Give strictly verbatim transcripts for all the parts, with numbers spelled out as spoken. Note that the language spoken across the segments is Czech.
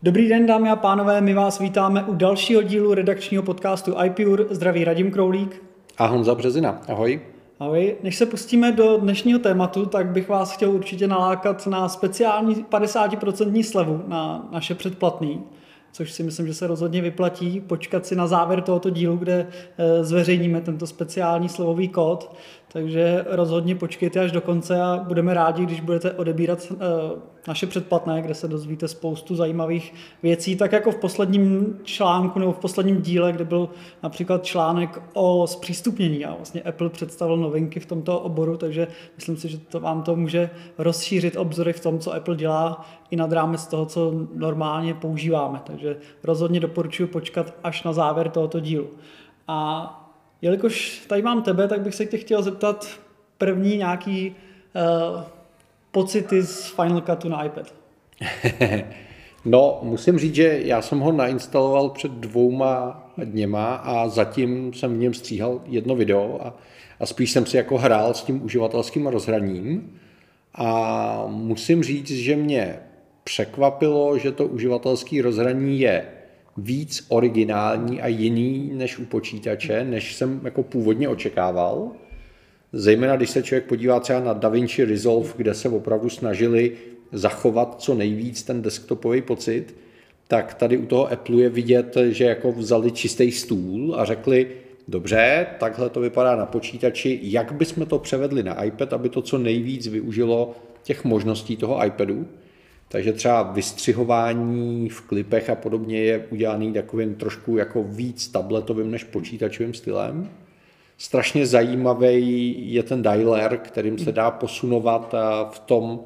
Dobrý den, dámy a pánové, my vás vítáme u dalšího dílu redakčního podcastu iPure. Zdraví Radim Kroulík. A Honza Březina. Ahoj. Ahoj. Než se pustíme do dnešního tématu, tak bych vás chtěl určitě nalákat na speciální padesát procent slevu na naše předplatný, což si myslím, že se rozhodně vyplatí počkat si na závěr tohoto dílu, kde zveřejníme tento speciální slevový kód. Takže rozhodně počkejte až do konce a budeme rádi, když budete odebírat naše předplatné, kde se dozvíte spoustu zajímavých věcí, tak jako v posledním článku nebo v posledním díle, kde byl například článek o zpřístupnění a vlastně Apple představil novinky v tomto oboru, takže myslím si, že to vám to může rozšířit obzory v tom, co Apple dělá i nad rámec toho, co normálně používáme. Takže rozhodně doporučuji počkat až na závěr tohoto dílu. A jelikož tady mám tebe, tak bych se tě chtěl zeptat první nějaký uh, pocity z Final Cutu na iPad. No, musím říct, že já jsem ho nainstaloval před dvouma dněma a zatím jsem v něm stříhal jedno video a, a spíš jsem si jako hrál s tím uživatelským rozhraním a musím říct, že mě překvapilo, že to uživatelské rozhraní je víc originální a jiný než u počítače, než jsem jako původně očekával. Zejména když se člověk podívá třeba na DaVinci Resolve, kde se opravdu snažili zachovat co nejvíc ten desktopový pocit, tak tady u toho Apple je vidět, že jako vzali čistý stůl a řekli, dobře, takhle to vypadá na počítači, jak bychom to převedli na iPad, aby to co nejvíc využilo těch možností toho iPadu. Takže třeba vystřihování v klipech a podobně je udělaný takovým trošku jako víc tabletovým než počítačovým stylem. Strašně zajímavý je ten dialer, kterým se dá posunovat v tom,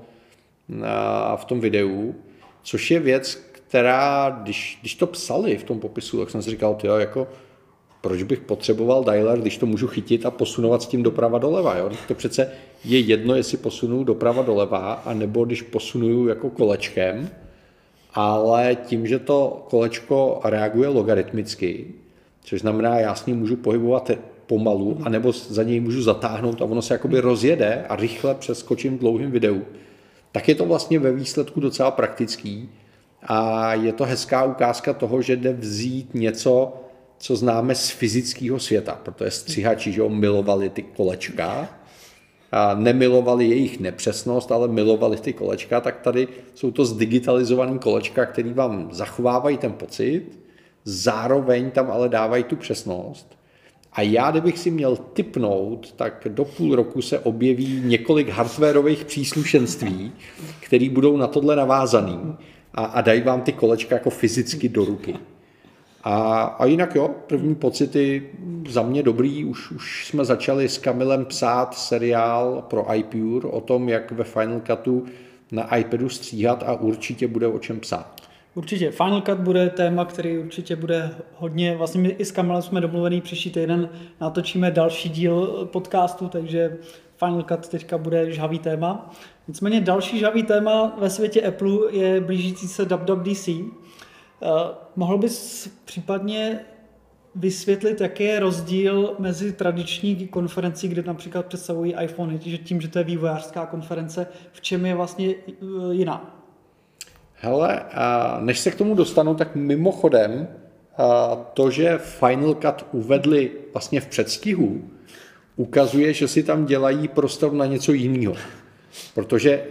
v tom videu, což je věc, která, když, když to psali v tom popisu, tak jsem si říkal, tyjo, jako, proč bych potřeboval dialer, když to můžu chytit a posunovat s tím doprava doleva. Jo? To přece je jedno, jestli posunu doprava doleva, anebo když posunuju jako kolečkem, ale tím, že to kolečko reaguje logaritmicky, což znamená, já s ním můžu pohybovat pomalu, anebo za něj můžu zatáhnout a ono se jakoby rozjede a rychle přeskočím dlouhým videu, tak je to vlastně ve výsledku docela praktický a je to hezká ukázka toho, že jde vzít něco, co známe z fyzického světa, protože střihači, že jo, milovali ty kolečka a nemilovali jejich nepřesnost, ale milovali ty kolečka, tak tady jsou to zdigitalizované kolečka, které vám zachovávají ten pocit, zároveň tam ale dávají tu přesnost. A já, kdybych si měl tipnout, tak do půl roku se objeví několik hardwarových příslušenství, které budou na tohle navázaný a, a dají vám ty kolečka jako fyzicky do ruky. A, a jinak jo, první pocity za mě dobrý, už, už jsme začali s Kamilem psát seriál pro iPure o tom, jak ve Final Cutu na iPadu stříhat a určitě bude o čem psát. Určitě. Final Cut bude téma, který určitě bude hodně, vlastně my i s Kamilem jsme domluvený, příští týden natočíme další díl podcastu, takže Final Cut teďka bude žhavý téma. Nicméně další žhavý téma ve světě Apple je blížící se W W D C. Uh, mohl bys případně vysvětlit, jaký je rozdíl mezi tradiční konferencí, kde například představují iPhone, že tím, že to je vývojářská konference, v čem je vlastně uh, jiná? Hele, než se k tomu dostanu, tak mimochodem to, že Final Cut uvedli vlastně v předstihu, ukazuje, že si tam dělají prostor na něco jiného. Protože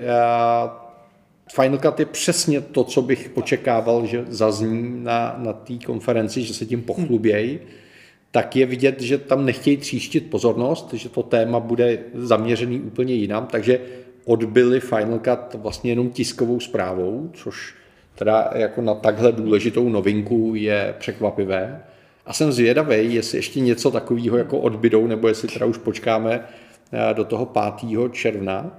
Final Cut je přesně to, co bych očekával, že zazní na, na té konferenci, že se tím pochlubějí, tak je vidět, že tam nechtějí tříštit pozornost, že to téma bude zaměřený úplně jinam, takže odbyli Final Cut vlastně jenom tiskovou zprávou, což teda jako na takhle důležitou novinku je překvapivé. A jsem zvědavý, jestli ještě něco takového jako odbydou, nebo jestli teda už počkáme do toho pátého června.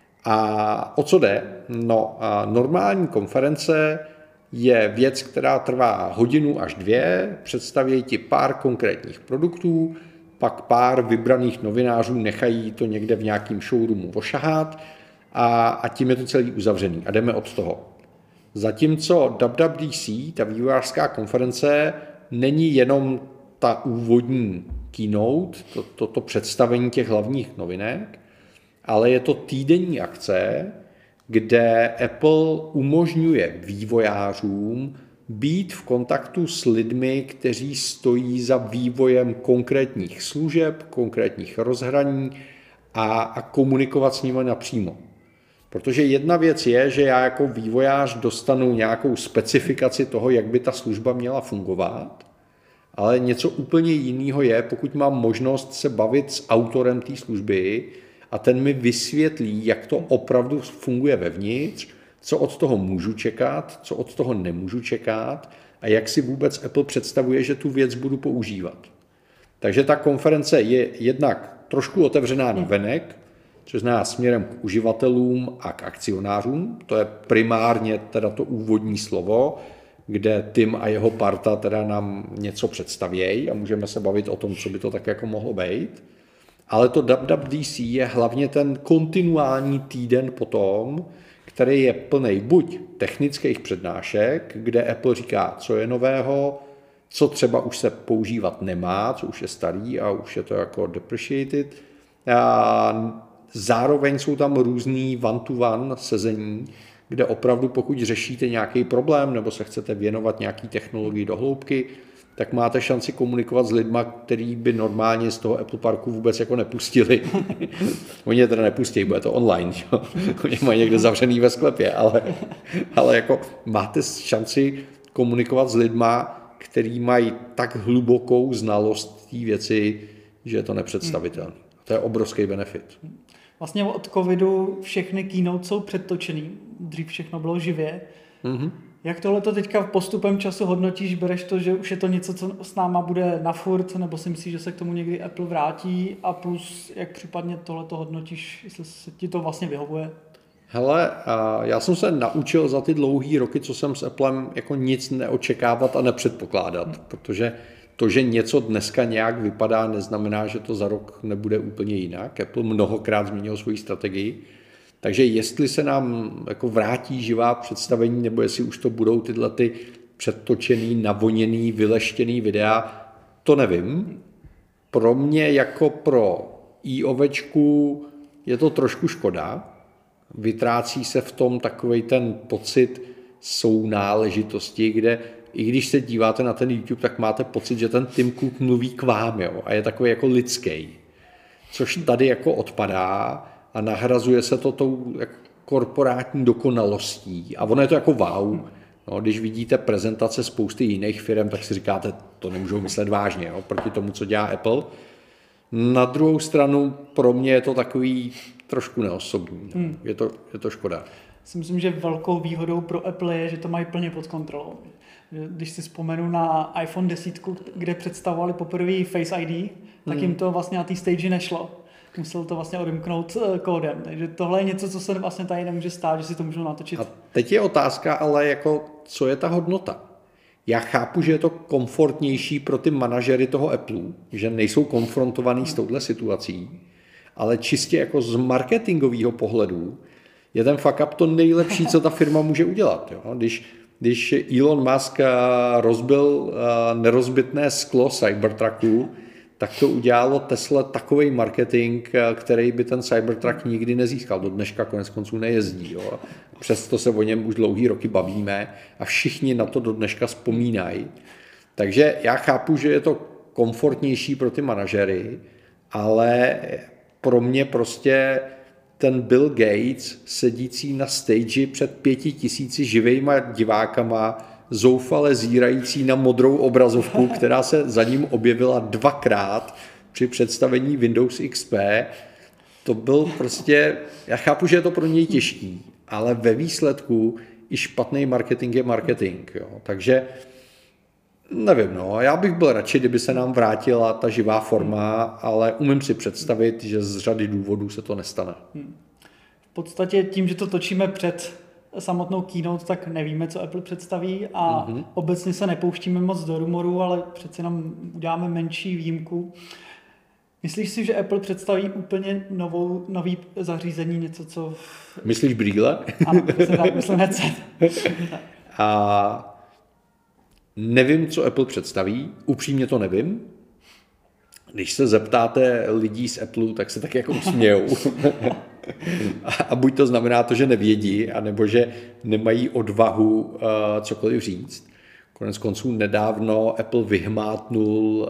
A o co jde? No, a normální konference je věc, která trvá hodinu až dvě, představí ti pár konkrétních produktů, pak pár vybraných novinářů nechají to někde v nějakém showroomu ošahat a, a tím je to celý uzavřený a jdeme od toho. Zatímco W W D C, ta vývojářská konference, není jenom ta úvodní keynote, to, to, to představení těch hlavních novinek, ale je to týdenní akce, kde Apple umožňuje vývojářům být v kontaktu s lidmi, kteří stojí za vývojem konkrétních služeb, konkrétních rozhraní a, a komunikovat s nimi napřímo. Protože jedna věc je, že já jako vývojář dostanu nějakou specifikaci toho, jak by ta služba měla fungovat, ale něco úplně jiného je, pokud mám možnost se bavit s autorem té služby a ten mi vysvětlí, jak to opravdu funguje vevnitř, co od toho můžu čekat, co od toho nemůžu čekat a jak si vůbec Apple představuje, že tu věc budu používat. Takže ta konference je jednak trošku otevřená na venek, což znamená směrem k uživatelům a k akcionářům. To je primárně teda to úvodní slovo, kde Tim a jeho parta teda nám něco představějí a můžeme se bavit o tom, co by to tak jako mohlo být. Ale to W W D C je hlavně ten kontinuální týden potom, který je plný buď technických přednášek, kde Apple říká, co je nového, co třeba už se používat nemá, co už je starý a už je to jako depreciated. A zároveň jsou tam různý one-to-one sezení, kde opravdu pokud řešíte nějaký problém nebo se chcete věnovat nějaký technologii do hloubky, tak máte šanci komunikovat s lidma, který by normálně z toho Apple Parku vůbec jako nepustili. Oni je teda nepustí, bude to online, že? Oni mají někde zavřený ve sklepě, ale, ale jako máte šanci komunikovat s lidma, který mají tak hlubokou znalost té věci, že je to nepředstavitelné. To je obrovský benefit. Vlastně od covidu všechny keynote jsou předtočený, dřív všechno bylo živě. Mm-hmm. Jak tohle to teďka postupem času hodnotíš, bereš to, že už je to něco, co s náma bude na furt, nebo si myslíš, že se k tomu někdy Apple vrátí a plus jak případně tohle to hodnotíš, jestli se ti to vlastně vyhovuje? Hele, já jsem se naučil za ty dlouhý roky, co jsem s Applem, jako nic neočekávat a nepředpokládat, hmm. protože to, že něco dneska nějak vypadá, neznamená, že to za rok nebude úplně jinak. Apple mnohokrát změnil svoji strategii. Takže jestli se nám jako vrátí živá představení, nebo jestli už to budou tyhle ty předtočený, navoněný, vyleštěný videa, to nevím. Pro mě jako pro iOVčku je to trošku škoda. Vytrácí se v tom takovej ten pocit sounáležitosti, kde i když se díváte na ten YouTube, tak máte pocit, že ten Tim Cook mluví k vám, jo, a je takový jako lidský. Což tady jako odpadá a nahrazuje se to tou jako korporátní dokonalostí. A ono je to jako wow. No, když vidíte prezentace spousty jiných firm, tak si říkáte, to nemůžou myslet vážně, jo, proti tomu, co dělá Apple. Na druhou stranu pro mě je to takový trošku neosobní. Hmm. Je to, je to škoda. Si myslím, že velkou výhodou pro Apple je, že to mají plně pod kontrolou. Když si vzpomenu na iPhone deset, kde představovali poprvé Face I D, tak hmm. jim to vlastně na té stage nešlo. Musel to vlastně odemknout kódem. Takže tohle je něco, co se vlastně tady nemůže stát, že si to můžou natočit. A teď je otázka, ale jako, co je ta hodnota? Já chápu, že je to komfortnější pro ty manažery toho Apple, že nejsou konfrontovaný s touhle situací, ale čistě jako z marketingového pohledu je ten fuck up to nejlepší, co ta firma může udělat. Jo? Když, když Elon Musk rozbil nerozbitné sklo Cybertrucku, tak to udělalo Tesla takovej marketing, který by ten Cybertruck nikdy nezískal. Do dneška konec konců nejezdí. Jo? Přesto se o něm už dlouhý roky bavíme a všichni na to do dneška vzpomínají. Takže já chápu, že je to komfortnější pro ty manažery, ale pro mě prostě ten Bill Gates sedící na stage před pěti tisíci živejma divákama, zoufale zírající na modrou obrazovku, která se za ním objevila dvakrát při představení Windows X P. To byl prostě, já chápu, že je to pro něj těžký, ale ve výsledku i špatný marketing je marketing. Jo. Takže nevím, no, já bych byl radši, kdyby se nám vrátila ta živá forma, ale umím si představit, že z řady důvodů se to nestane. V podstatě tím, že to točíme před samotnou keynote, tak nevíme, co Apple představí a mm-hmm. obecně se nepouštíme moc do rumoru, ale přeci nám uděláme menší výjimku. Myslíš si, že Apple představí úplně novou, nový zařízení, něco, co... Myslíš brýle? Ano, myslím tak, myslím headset. A nevím, co Apple představí, upřímně to nevím. Když se zeptáte lidí z Apple, tak se tak jako usmějou. A buď to znamená to, že nevědí, anebo že nemají odvahu uh, cokoliv říct. Konec konců nedávno Apple vyhmátnul uh,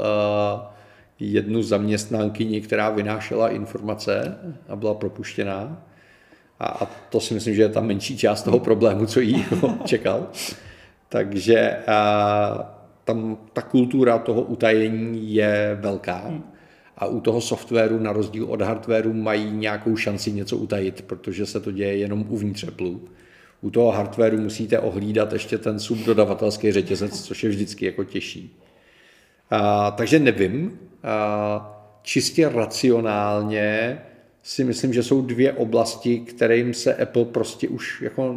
jednu zaměstnankyni, která vynášela informace a byla propuštěná. A, a to si myslím, že je ta menší část toho problému, co jí čekal. Takže uh, tam ta kultura toho utajení je velká. A u toho softwaru, na rozdíl od hardwaru, mají nějakou šanci něco utajit, protože se to děje jenom uvnitř Apple. U toho hardwaru musíte ohlídat ještě ten subdodavatelský řetězec, což je vždycky jako těžší. A, takže nevím. A, čistě racionálně si myslím, že jsou dvě oblasti, kterým se Apple prostě už jako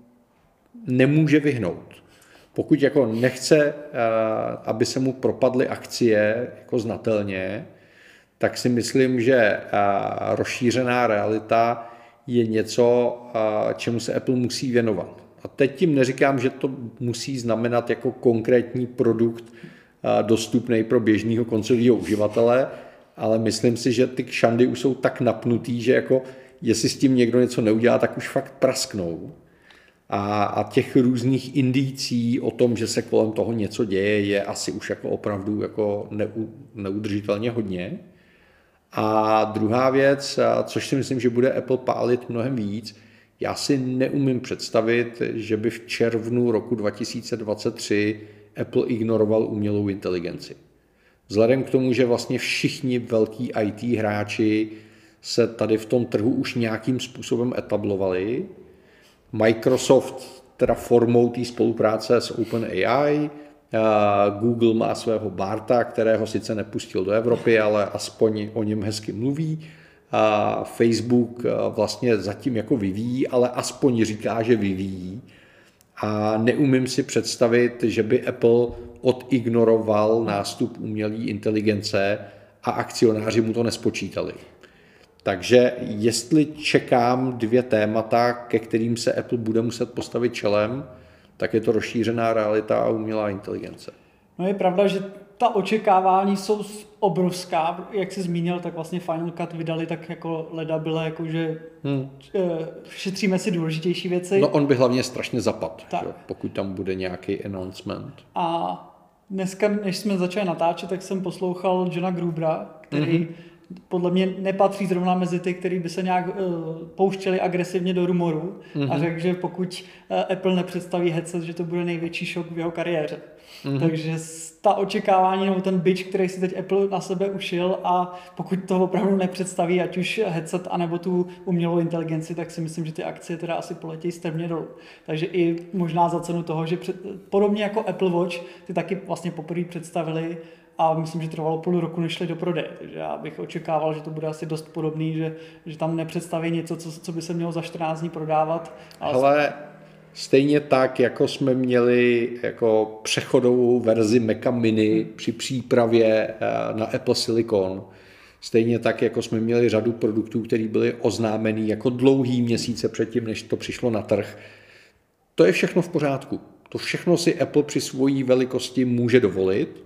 nemůže vyhnout. Pokud jako nechce, aby se mu propadly akcie jako znatelně, tak si myslím, že rozšířená realita je něco, čemu se Apple musí věnovat. A teď tím neříkám, že to musí znamenat jako konkrétní produkt dostupný pro běžného koncového uživatele, ale myslím si, že ty kšandy už jsou tak napnutý, že jako jestli s tím někdo něco neudělá, tak už fakt prasknou. A, a těch různých indicí o tom, že se kolem toho něco děje, je asi už jako opravdu jako neu, neudržitelně hodně. A druhá věc, což si myslím, že bude Apple pálit mnohem víc, já si neumím představit, že by v červnu roku dva tisíce dvacet tři Apple ignoroval umělou inteligenci. Vzhledem k tomu, že vlastně všichni velký í té hráči se tady v tom trhu už nějakým způsobem etablovali, Microsoft teda formou té spolupráce s OpenAI, Google má svého Barta, kterého sice nepustil do Evropy, ale aspoň o něm hezky mluví. Facebook vlastně zatím jako vyvíjí, ale aspoň říká, že vyvíjí. A neumím si představit, že by Apple odignoroval nástup umělé inteligence a akcionáři mu to nespočítali. Takže jestli čekám dvě témata, ke kterým se Apple bude muset postavit čelem, tak je to rozšířená realita a umělá inteligence. No je pravda, že ta očekávání jsou obrovská. Jak jsi zmínil, tak vlastně Final Cut vydali tak jako leda byla, jako že hmm. šetříme si důležitější věci. No on by hlavně strašně zapad, že, pokud tam bude nějaký announcement. A dneska, než jsme začali natáčet, tak jsem poslouchal Johna Grubera, který mm-hmm. podle mě nepatří zrovna mezi ty, kteří by se nějak uh, pouštěli agresivně do rumoru mm-hmm. a řekl, že pokud uh, Apple nepředstaví headset, že to bude největší šok v jeho kariéře. Mm-hmm. Takže ta očekávání nebo ten bič, který si teď Apple na sebe ušil a pokud to opravdu nepředstaví, ať už headset anebo tu umělou inteligenci, tak si myslím, že ty akcie teda asi poletějí strmě dolů. Takže i možná za cenu toho, že před, podobně jako Apple Watch, ty taky vlastně poprvé představili a myslím, že trvalo půl roku, než šli do prodeje. Takže já bych očekával, že to bude asi dost podobný, že, že tam nepředstaví něco, co, co by se mělo za čtrnáct dní prodávat. Ale Hele, stejně tak, jako jsme měli jako přechodovou verzi Maca Mini při přípravě na Apple Silicon, stejně tak, jako jsme měli řadu produktů, které byly oznámený jako dlouhý měsíce předtím, než to přišlo na trh. To je všechno v pořádku. To všechno si Apple při svojí velikosti může dovolit.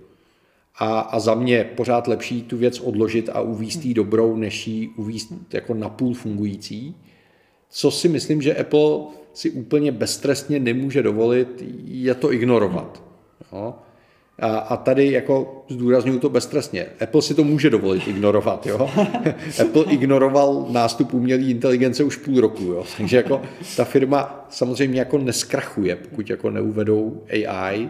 A, a za mě pořád lepší tu věc odložit a uvízt jí dobrou, než ji uvízt jako napůl fungující. Co si myslím, že Apple si úplně beztrestně nemůže dovolit, je to ignorovat. Jo? A, a tady jako zdůrazňuji to beztrestně. Apple si to může dovolit ignorovat. Jo? Apple ignoroval nástup umělé inteligence už půl roku. Jo? Takže jako ta firma samozřejmě jako neskrachuje, pokud jako neuvedou A I,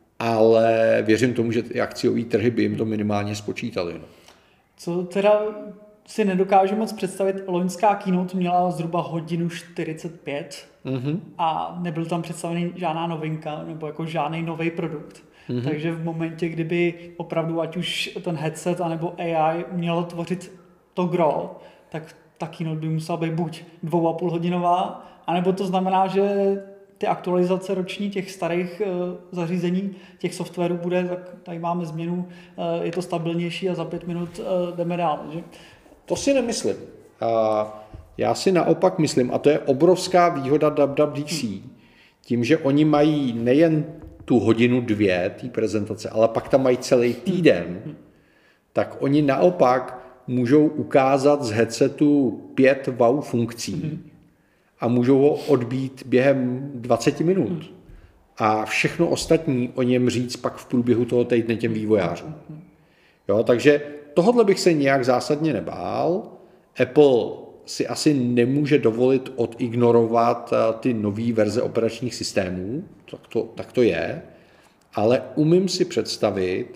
ale věřím tomu, že ty akciové trhy by jim to minimálně spočítali. No. Co teda si nedokážu moc představit, loňská keynote měla zhruba hodinu čtyřicet pět mm-hmm. a nebyl tam představený žádná novinka nebo jako žádný nový produkt. Mm-hmm. Takže v momentě, kdyby opravdu ať už ten headset anebo A I mělo tvořit to gro, tak ta keynote by musela být buď dvou a půl hodinová, anebo to znamená, že ty aktualizace roční těch starých uh, zařízení, těch softwarů bude, tak tady máme změnu, uh, je to stabilnější a za pět minut uh, jdeme dál. Že? To si nemyslím. Uh, já si naopak myslím, a to je obrovská výhoda W W D C, hmm. tím, že oni mají nejen tu hodinu dvě té prezentace, ale pak tam mají celý týden, hmm. tak oni naopak můžou ukázat z headsetu pět wow funkcí mm. a můžou ho odbít během dvacet minut. Mm. A všechno ostatní o něm říct pak v průběhu toho týdne těm vývojářům. Jo, takže tohodle bych se nějak zásadně nebál. Apple si asi nemůže dovolit odignorovat ty nové verze operačních systémů, tak to, tak to je, ale umím si představit,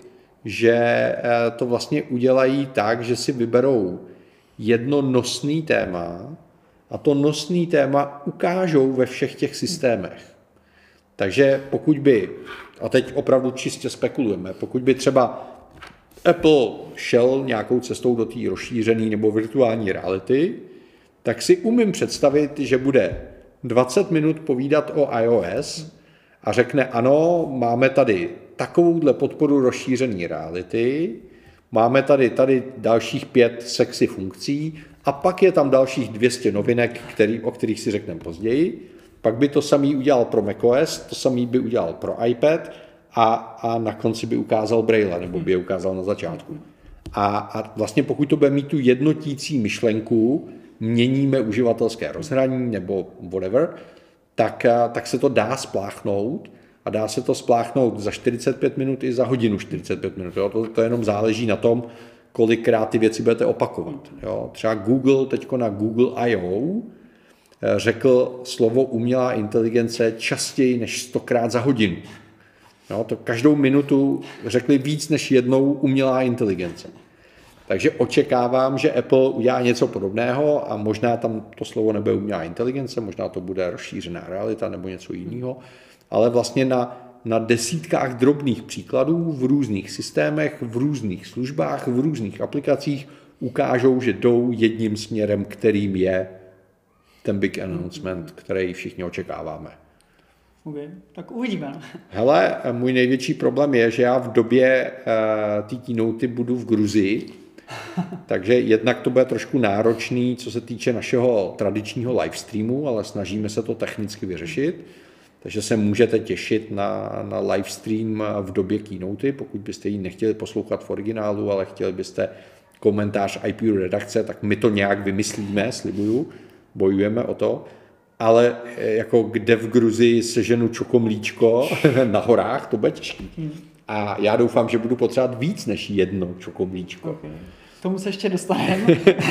že to vlastně udělají tak, že si vyberou jedno nosný téma a to nosný téma ukážou ve všech těch systémech. Takže pokud by, a teď opravdu čistě spekulujeme, pokud by třeba Apple šel nějakou cestou do té rozšířené nebo virtuální reality, tak si umím představit, že bude dvacet minut povídat o iOS a řekne ano, máme tady takovouhle podporu rozšířené reality, máme tady, tady dalších pět sexy funkcí a pak je tam dalších dvě stě novinek, který, o kterých si řekneme později. Pak by to samý udělal pro macOS, to samý by udělal pro iPad a, a na konci by ukázal Braille, nebo by je ukázal na začátku. A, a vlastně pokud to bude mít tu jednotící myšlenku, měníme uživatelské rozhraní nebo whatever, tak, tak se to dá spláchnout a dá se to spláchnout za čtyřicet pět minut i za hodinu čtyřicet pět minut. Jo? To, to jenom záleží na tom, kolikrát ty věci budete opakovat. Jo? Třeba Google teďko na Google I O řekl slovo umělá inteligence častěji než stokrát za hodinu. Jo, to každou minutu řekli víc než jednou umělá inteligence. Takže očekávám, že Apple udělá něco podobného a možná tam to slovo nebude umělá inteligence, možná to bude rozšířená realita nebo něco jiného, ale vlastně na, na desítkách drobných příkladů v různých systémech, v různých službách, v různých aplikacích ukážou, že jdou jedním směrem, kterým je ten big announcement, který všichni očekáváme. Okay, tak uvidíme. Hele, můj největší problém je, že já v době uh, té keynoty budu v Gruzii, takže jednak to bude trošku náročný, co se týče našeho tradičního livestreamu, ale snažíme se to technicky vyřešit. Takže se můžete těšit na, na livestream v době keynoty, pokud byste ji nechtěli poslouchat v originálu, ale chtěli byste komentář I P U redakce, tak my to nějak vymyslíme, slibuju, bojujeme o to. Ale jako kde v Gruzii seženu čokomlíčko na horách, to bude těžký. A já doufám, že budu potřebovat víc než jedno čokomlíčko. Okay. K tomu se ještě dostaneme.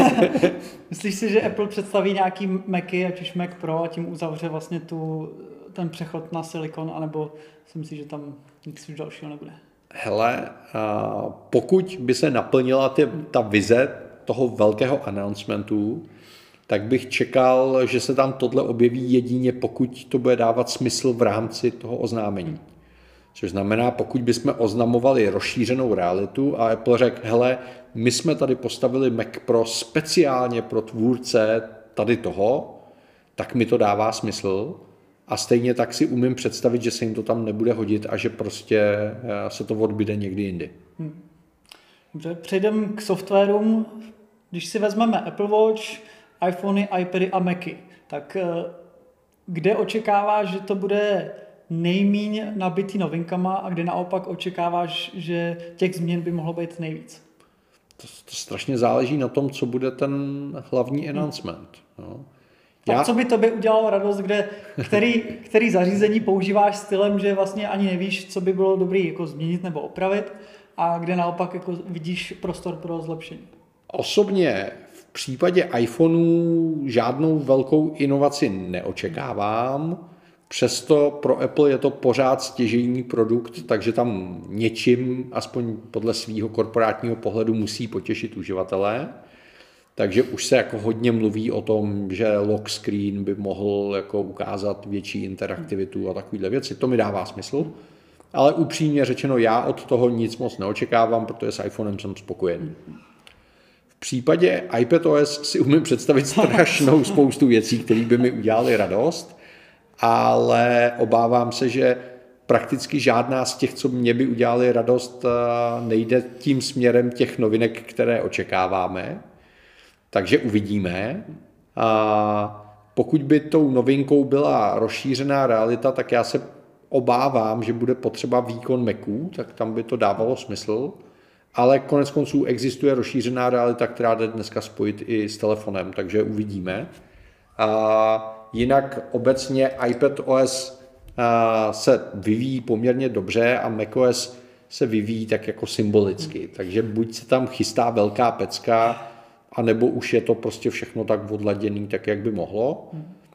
Myslíš si, že Apple představí nějaký Macy, ať už Mac Pro, a tím uzavře vlastně tu, ten přechod na silikon, anebo si myslíš, že tam nic už dalšího nebude? Hele, pokud by se naplnila ty, ta vize toho velkého announcementu, tak bych čekal, že se tam tohle objeví jedině, pokud to bude dávat smysl v rámci toho oznámení. Což znamená, pokud bychom oznamovali rozšířenou realitu a Apple řekl, hele, my jsme tady postavili Mac Pro speciálně pro tvůrce tady toho, tak mi to dává smysl. A stejně tak si umím představit, že se jim to tam nebude hodit a že prostě se to odbyde někdy jindy. Hmm. Dobře, přejdeme k softwarům. Když si vezmeme Apple Watch, iPhony, iPady a Macy, tak kde očekáváš, že to bude nejmíň nabitý novinkama a kde naopak očekáváš, že těch změn by mohlo být nejvíc? To, to strašně záleží na tom, co bude ten hlavní announcement. No. Tak Já... co by tobě udělalo radost, kde, který, který zařízení používáš stylem, že vlastně ani nevíš, co by bylo dobré jako změnit nebo opravit, a kde naopak jako vidíš prostor pro zlepšení? Osobně v případě iPhoneu žádnou velkou inovaci neočekávám, přesto pro Apple je to pořád stěžejní produkt, takže tam něčím, aspoň podle svého korporátního pohledu, musí potěšit uživatele. Takže už se jako hodně mluví o tom, že lock screen by mohl jako ukázat větší interaktivitu a takovéhle věci. To mi dává smysl. Ale upřímně řečeno, já od toho nic moc neočekávám, protože s iPhonem jsem spokojený. V případě iPadOS si umím představit strašnou spoustu věcí, které by mi udělaly radost, ale obávám se, že prakticky žádná z těch, co mě by udělaly radost, nejde tím směrem těch novinek, které očekáváme. Takže uvidíme. A pokud by tou novinkou byla rozšířená realita, tak já se obávám, že bude potřeba výkon Maců, tak tam by to dávalo smysl. ale konec konců existuje rozšířená realita, která jde dneska spojit i s telefonem, takže uvidíme. A jinak obecně iPadOS se vyvíjí poměrně dobře a macOS se vyvíjí tak jako symbolicky. Takže buď se tam chystá velká pecka, anebo už je to prostě všechno tak odladěný, tak jak by mohlo.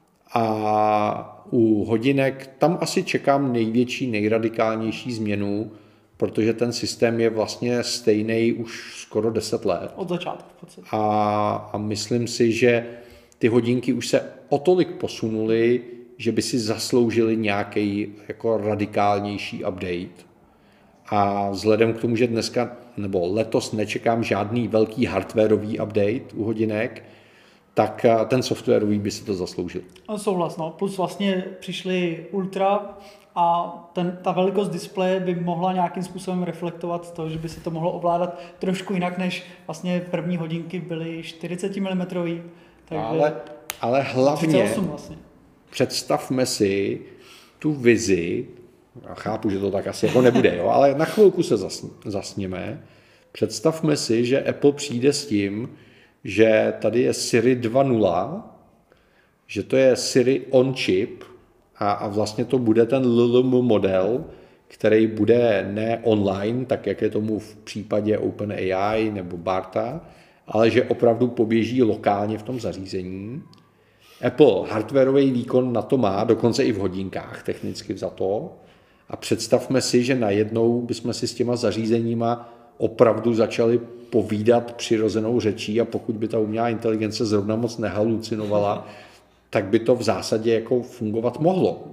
A u hodinek tam asi čekám největší, nejradikálnější změnu, protože ten systém je vlastně stejný už skoro deset let. Od začátku v podstatě. A, a myslím si, že ty hodinky už se o tolik posunuly, že by si zasloužili nějaký jako radikálnější update. A vzhledem k tomu, že dneska nebo letos nečekám žádný velký hardwareový update u hodinek, tak ten softwarový by si to zasloužil. Souhlas, no. Plus vlastně přišly Ultra a ten, ta velikost displeje by mohla nějakým způsobem reflektovat to, že by se to mohlo ovládat trošku jinak, než vlastně první hodinky byly čtyřicet milimetrů. Takže ale, ale hlavně třicet osm vlastně. Představme si tu vizi, a chápu, že to tak asi jako nebude, jo, ale na chvilku se zasněme. Představme si, že Apple přijde s tím, že tady je Siri dva tečka nula, že to je Siri on chip a, a vlastně to bude ten L L M model, který bude ne online, tak jak je tomu v případě OpenAI nebo Barta, ale že opravdu poběží lokálně v tom zařízení. Apple hardwareový výkon na to má, dokonce i v hodinkách technicky vzato. A představme si, že najednou bychom si s těma zařízeníma opravdu začali povídat přirozenou řečí a pokud by ta umělá inteligence zrovna moc nehalucinovala, tak by to v zásadě jako fungovat mohlo.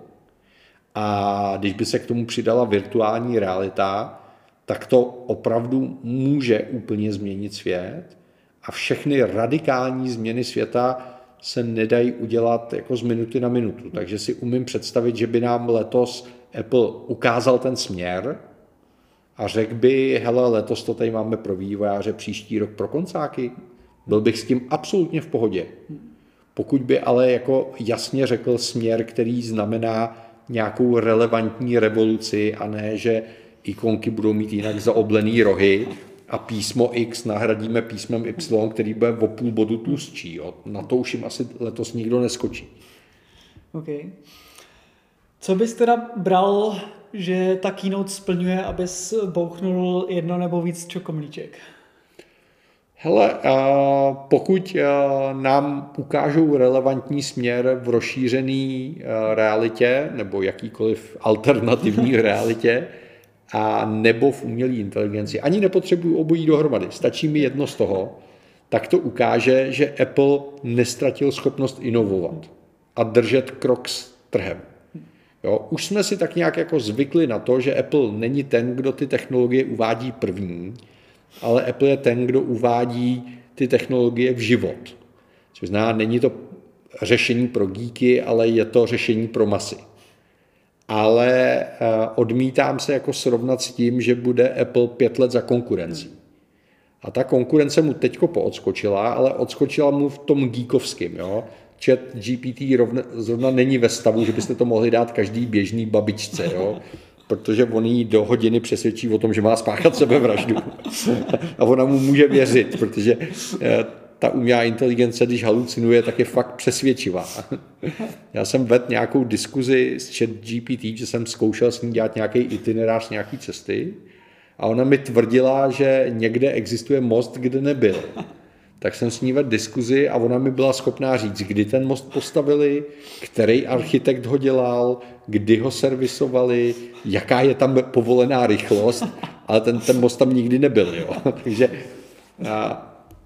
A když by se k tomu přidala virtuální realita, tak to opravdu může úplně změnit svět a všechny radikální změny světa se nedají udělat jako z minuty na minutu. Takže si umím představit, že by nám letos Apple ukázal ten směr a řekl by, hele, letos to tady máme pro vývojáře, příští rok pro koncáky. Byl bych s tím absolutně v pohodě. Pokud by ale jako jasně řekl směr, který znamená nějakou relevantní revoluci a ne, že ikonky budou mít jinak zaoblený rohy a písmo X nahradíme písmem Y, který bude o půl bodu tlustší. Jo. Na to už jim asi letos nikdo neskočí. Okay. Co bys teda bral, že ta keynote splňuje, abys bouchnul jedno nebo víc čokomlíček? Hele, pokud nám ukážou relevantní směr v rozšířené realitě nebo jakýkoliv alternativní realitě a nebo v umělé inteligenci, ani nepotřebuji obojí dohromady, stačí mi jedno z toho, tak to ukáže, že Apple nestratil schopnost inovovat a držet krok s trhem. Jo, už jsme si tak nějak jako zvykli na to, že Apple není ten, kdo ty technologie uvádí první, ale Apple je ten, kdo uvádí ty technologie v život. Což znamená, není to řešení pro geeky, ale je to řešení pro masy. Ale odmítám se jako srovnat s tím, že bude Apple pět let za konkurencí. A ta konkurence mu teďko poodskočila, ale odskočila mu v tom geekovském. Jo? Chat G P T rovna, zrovna není ve stavu, že byste to mohli dát každý běžný babičce, jo? Protože on jí do hodiny přesvědčí o tom, že má spáchat sebevraždu. A ona mu může věřit, protože ta umělá inteligence, když halucinuje, tak je fakt přesvědčivá. Já jsem vedl nějakou diskuzi s Chat G P T, že jsem zkoušel s ní dělat nějaký itinerář, nějaký cesty a ona mi tvrdila, že někde existuje most, kde nebyl. Tak jsem s ní vedl diskuzi a ona mi byla schopná říct, kdy ten most postavili, který architekt ho dělal, kdy ho servisovali, jaká je tam povolená rychlost, ale ten, ten most tam nikdy nebyl. Jo. Takže a,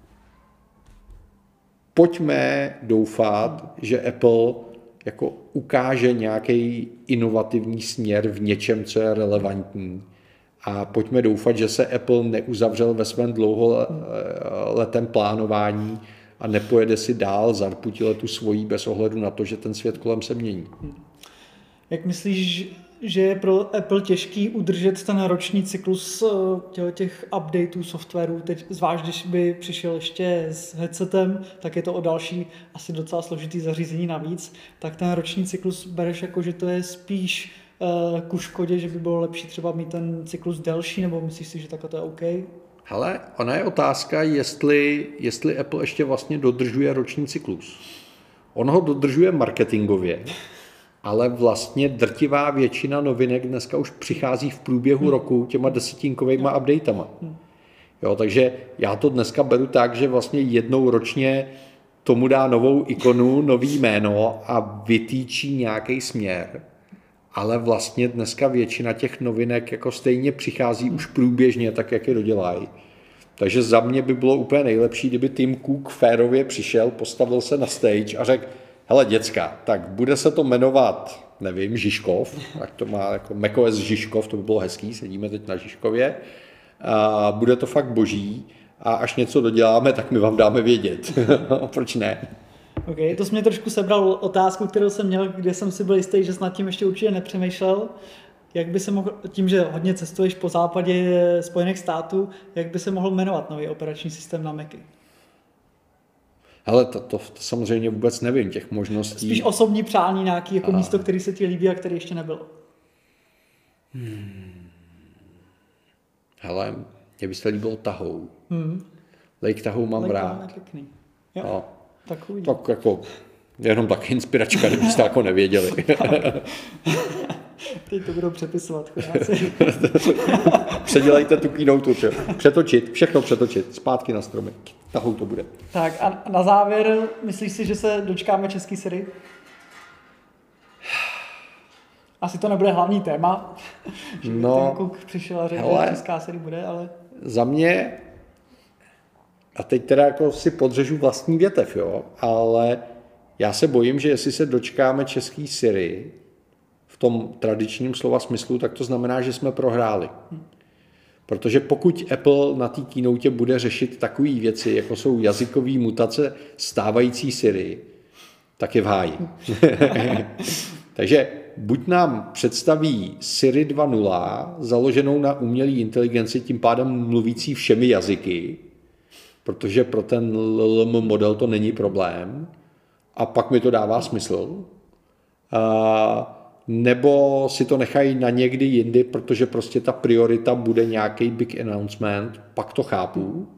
pojďme doufat, že Apple jako ukáže nějaký inovativní směr v něčem, co je relevantní. A pojďme doufat, že se Apple neuzavřel ve svém dlouholetém plánování a nepojede si dál zarputile tu svojí bez ohledu na to, že ten svět kolem se mění. Jak myslíš, že je pro Apple těžký udržet ten roční cyklus těch updateů softwaru, teď zvlášť, když by přišel ještě s headsetem, tak je to o další asi docela složitý zařízení navíc, tak ten roční cyklus bereš jako, že to je spíš ku škodě, že by bylo lepší třeba mít ten cyklus delší, nebo myslíš si, že takhle to je OK? Hele, ona je otázka, jestli, jestli Apple ještě vlastně dodržuje roční cyklus. On ho dodržuje marketingově, ale vlastně drtivá většina novinek dneska už přichází v průběhu hmm. roku těma desetinkovejma updatama. Hmm. Jo, takže já to dneska beru tak, že vlastně jednou ročně tomu dá novou ikonu, nový jméno a vytýčí nějaký směr. Ale vlastně dneska většina těch novinek jako stejně přichází už průběžně, tak jak je dodělají. Takže za mě by bylo úplně nejlepší, kdyby Tim Cook férově přišel, postavil se na stage a řekl, hele děcka, tak bude se to jmenovat, nevím, Žižkov, tak to má jako macOS Žižkov, to by bylo hezký, sedíme teď na Žižkově, a bude to fakt boží a až něco doděláme, tak my vám dáme vědět. Proč ne? OK, to jsi mě trošku sebral otázku, kterou jsem měl, kde jsem si byl jistý, že jsi nad tím ještě určitě nepřemýšlel. Jak by se mohl, tím, že hodně cestuješ po západě Spojených států, jak by se mohl jmenovat nový operační systém na Macy? Ale to, to, to samozřejmě vůbec nevím, těch možností. Spíš osobní přání, nějaký jako a... místo, který se ti líbí a který ještě nebylo. Hmm. Hele, mě by se líbilo Tahoe. Hmm. Lake Tahoe mám Lake rád. je pěkný. Jo, no. tak Tak jako, jenom tak inspiračka, kdybyste jako nevěděli. Teď to budou přepisovat, chudáci. Předělejte tu keynote, přetočit, všechno přetočit, zpátky na stromy. Tahoe to bude. Tak a na závěr, myslíš si, že se dočkáme český Siri? Asi to nebude hlavní téma, že no, ten Cook přišel a řekl, že česká Siri bude, ale... Za mě, a teď teda jako si podřežu vlastní větev, jo, ale já se bojím, že jestli se dočkáme český Siri v tom tradičním slova smyslu, tak to znamená, že jsme prohráli. Hmm. Protože pokud Apple na té keynote bude řešit takové věci, jako jsou jazykové mutace stávající Siri, tak je v háji. Takže buď nám představí Siri dva tečka nula, založenou na umělé inteligenci, tím pádem mluvící všemi jazyky, protože pro ten L L M model to není problém, a pak mi to dává smysl. A nebo si to nechají na někdy jindy, protože prostě ta priorita bude nějaký big announcement, pak to chápu.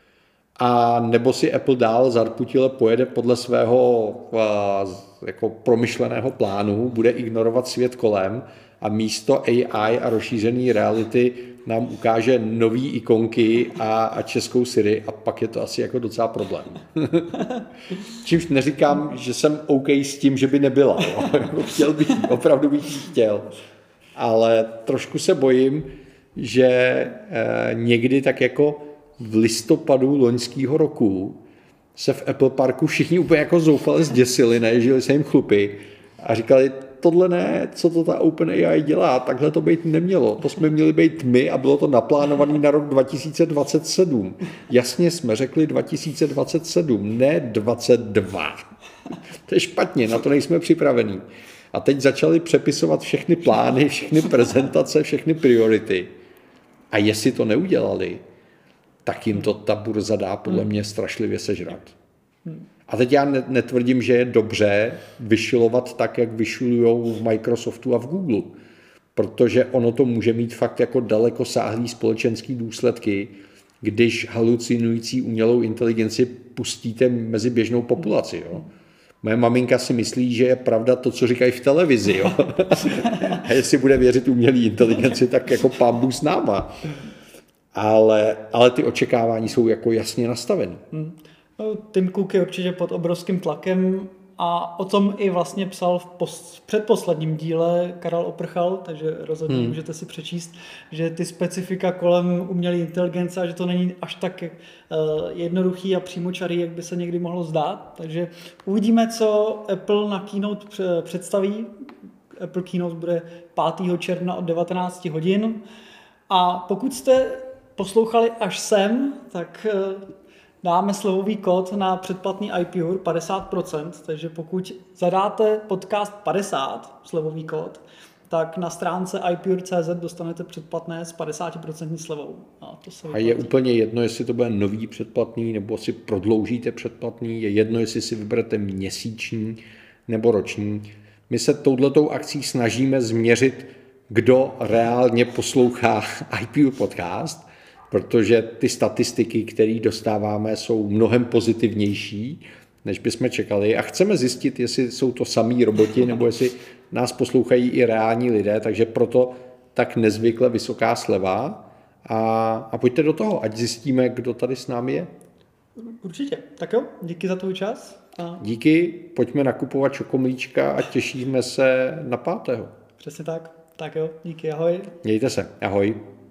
A nebo si Apple dál zarputile pojede podle svého jako promyšleného plánu, bude ignorovat svět kolem a místo A I a rozšířený reality nám ukáže nový ikonky a, a českou Siri a pak je to asi jako docela problém. Čímž neříkám, že jsem OK s tím, že by nebyla. Jo? Chtěl bych, opravdu bych ji chtěl. Ale trošku se bojím, že eh, někdy tak jako v listopadu loňského roku se v Apple Parku všichni úplně jako zoufale zděsili, naježili se jim chlupy a říkali, tohle ne, co to ta OpenAI dělá, takhle to být nemělo. To jsme měli být my a bylo to naplánované na rok dva tisíce dvacet sedm. Jasně jsme řekli dva tisíce dvacet sedm, ne dvacet dva. To je špatně, na to nejsme připravení. A teď začali přepisovat všechny plány, všechny prezentace, všechny priority. A jestli to neudělali, tak jim to ta burza dá podle mě strašlivě sežrat. A teď já netvrdím, že je dobře vyšilovat tak, jak vyšilujou v Microsoftu a v Google, protože ono to může mít fakt jako dalekosáhlý společenský důsledky, když halucinující umělou inteligenci pustíte mezi běžnou populaci. Jo. Moje maminka si myslí, že je pravda to, co říkají v televizi. Jo. A jestli bude věřit umělé inteligenci, tak jako pán Bůh s náma. Ale, ale ty očekávání jsou jako jasně nastaveny. Hmm. Tim Cook je určitě pod obrovským tlakem a o tom i vlastně psal v pos- předposledním díle Karel Oprchal, takže rozhodně hmm. můžete si přečíst, že ty specifika kolem umělé inteligence a že to není až tak uh, jednoduchý a přímočarý, jak by se někdy mohlo zdát. Takže uvidíme, co Apple na keynote představí. Apple keynote bude pátého června od devatenáct hodin. A pokud jste poslouchali až sem, tak uh, dáme slevový kód na předplatný iPure padesát procent, takže pokud zadáte podcast padesát, slevový kód, tak na stránce iPure tečka cé zet dostanete předplatné s padesát procent slevou. A, to se a je úplně jedno, jestli to bude nový předplatný, nebo si prodloužíte předplatný, je jedno, jestli si vyberete měsíční nebo roční. My se touhletou akcí snažíme změřit, kdo reálně poslouchá iPure podcast, protože ty statistiky, které dostáváme, jsou mnohem pozitivnější, než bychom čekali. A chceme zjistit, jestli jsou to samý roboti, nebo jestli nás poslouchají i reální lidé, takže proto tak nezvykle vysoká sleva. A, a pojďte do toho, ať zjistíme, kdo tady s námi je. Určitě. Tak jo, díky za tvůj čas. A... Díky, pojďme nakupovat čokomlíčka a těšíme se na pátého. Přesně tak. Tak jo, díky, ahoj. Mějte se, ahoj.